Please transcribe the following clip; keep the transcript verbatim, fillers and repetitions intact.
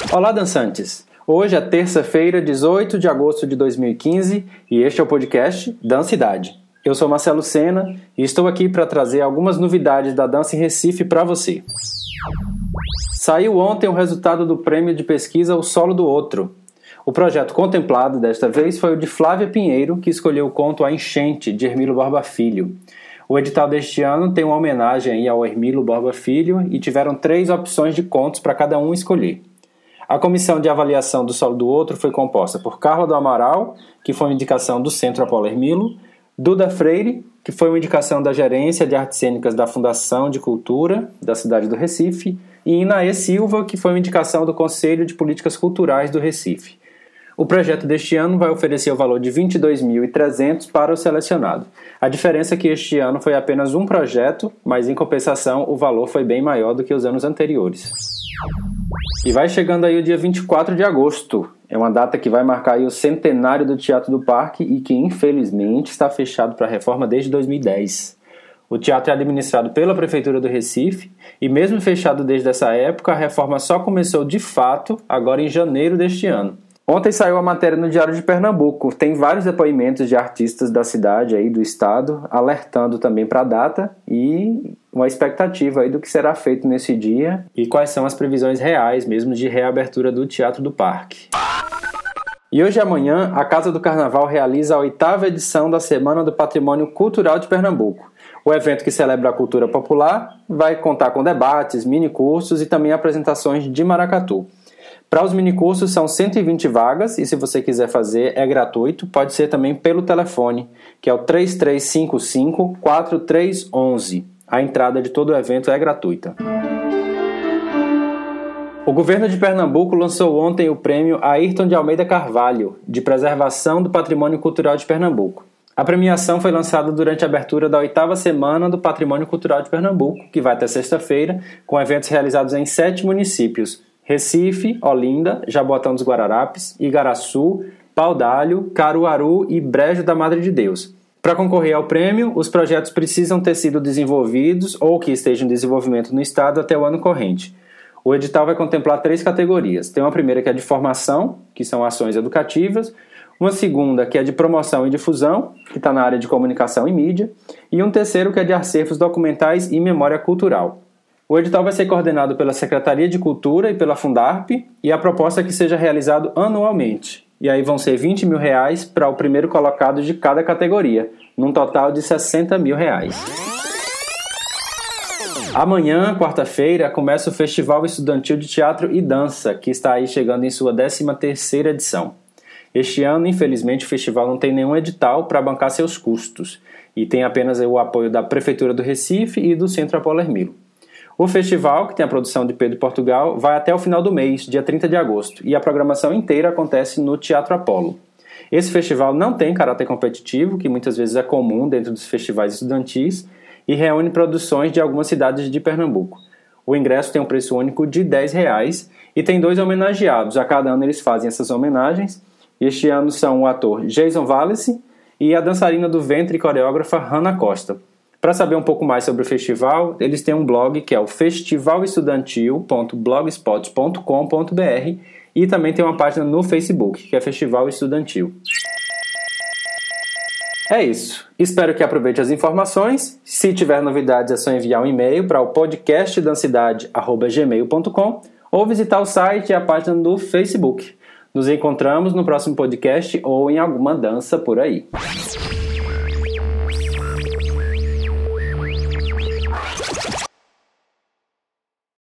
Olá, dançantes! Hoje é terça-feira, dezoito de agosto de dois mil e quinze e este é o podcast Dancidade. Eu sou Marcelo Sena e estou aqui para trazer algumas novidades da dança em Recife para você. Saiu ontem o resultado do prêmio de pesquisa O Solo do Outro. O projeto contemplado desta vez foi o de Flávia Pinheiro, que escolheu o conto A Enchente, de Hermílio Borba Filho. O edital deste ano tem uma homenagem aí ao Hermílio Borba Filho e tiveram três opções de contos para cada um escolher. A comissão de avaliação do Solo do Outro foi composta por Carla do Amaral, que foi uma indicação do Centro Apolo Hermílio, Duda Freire, que foi uma indicação da Gerência de Artes Cênicas da Fundação de Cultura da cidade do Recife, e Inaê Silva, que foi uma indicação do Conselho de Políticas Culturais do Recife. O projeto deste ano vai oferecer o valor de vinte e dois mil e trezentos reais para o selecionado. A diferença é que este ano foi apenas um projeto, mas em compensação o valor foi bem maior do que os anos anteriores. E vai chegando aí o dia vinte e quatro de agosto. É uma data que vai marcar aí o centenário do Teatro do Parque e que infelizmente está fechado para reforma desde dois mil e dez. O teatro é administrado pela Prefeitura do Recife e mesmo fechado desde essa época, a reforma só começou de fato agora em janeiro deste ano. Ontem saiu a matéria no Diário de Pernambuco. Tem vários depoimentos de artistas da cidade aí, do estado, alertando também para a data e uma expectativa aí do que será feito nesse dia e quais são as previsões reais mesmo de reabertura do Teatro do Parque. E hoje e amanhã, a Casa do Carnaval realiza a oitava edição da Semana do Patrimônio Cultural de Pernambuco. O evento, que celebra a cultura popular, vai contar com debates, minicursos e também apresentações de maracatu. Para os minicursos são cento e vinte vagas e se você quiser fazer é gratuito, pode ser também pelo telefone, que é o três três cinco cinco, quatro três um um. A entrada de todo o evento é gratuita. O governo de Pernambuco lançou ontem o prêmio Ayrton de Almeida Carvalho, de Preservação do Patrimônio Cultural de Pernambuco. A premiação foi lançada durante a abertura da oitava Semana do Patrimônio Cultural de Pernambuco, que vai até sexta-feira, com eventos realizados em sete municípios: Recife, Olinda, Jaboatão dos Guararapes, Igaraçu, Paudalho, Caruaru e Brejo da Madre de Deus. Para concorrer ao prêmio, os projetos precisam ter sido desenvolvidos ou que estejam em desenvolvimento no estado até o ano corrente. O edital vai contemplar três categorias. Tem uma primeira que é de formação, que são ações educativas, uma segunda que é de promoção e difusão, que está na área de comunicação e mídia, e um terceiro que é de acervos documentais e memória cultural. O edital vai ser coordenado pela Secretaria de Cultura e pela Fundarp, e a proposta é que seja realizado anualmente. E aí vão ser vinte mil reais para o primeiro colocado de cada categoria, num total de sessenta mil reais. Amanhã, quarta-feira, começa o Festival Estudantil de Teatro e Dança, que está aí chegando em sua décima terceira edição. Este ano, infelizmente, o festival não tem nenhum edital para bancar seus custos, e tem apenas o apoio da Prefeitura do Recife e do Centro Apolo Hermílio. O festival, que tem a produção de Pedro Portugal, vai até o final do mês, dia trinta de agosto, e a programação inteira acontece no Teatro Apolo. Esse festival não tem caráter competitivo, que muitas vezes é comum dentro dos festivais estudantis, e reúne produções de algumas cidades de Pernambuco. O ingresso tem um preço único de dez reais e tem dois homenageados. A cada ano eles fazem essas homenagens. Este ano são o ator Jason Wallace e a dançarina do ventre e coreógrafa Hannah Costa. Para saber um pouco mais sobre o festival, eles têm um blog que é o festival estudantil ponto blogspot ponto com ponto b r e também tem uma página no Facebook, que é Festival Estudantil. É isso. Espero que aproveite as informações. Se tiver novidades, é só enviar um e-mail para o podcast dancidade arroba gmail ponto com ou visitar o site e a página do Facebook. Nos encontramos no próximo podcast ou em alguma dança por aí.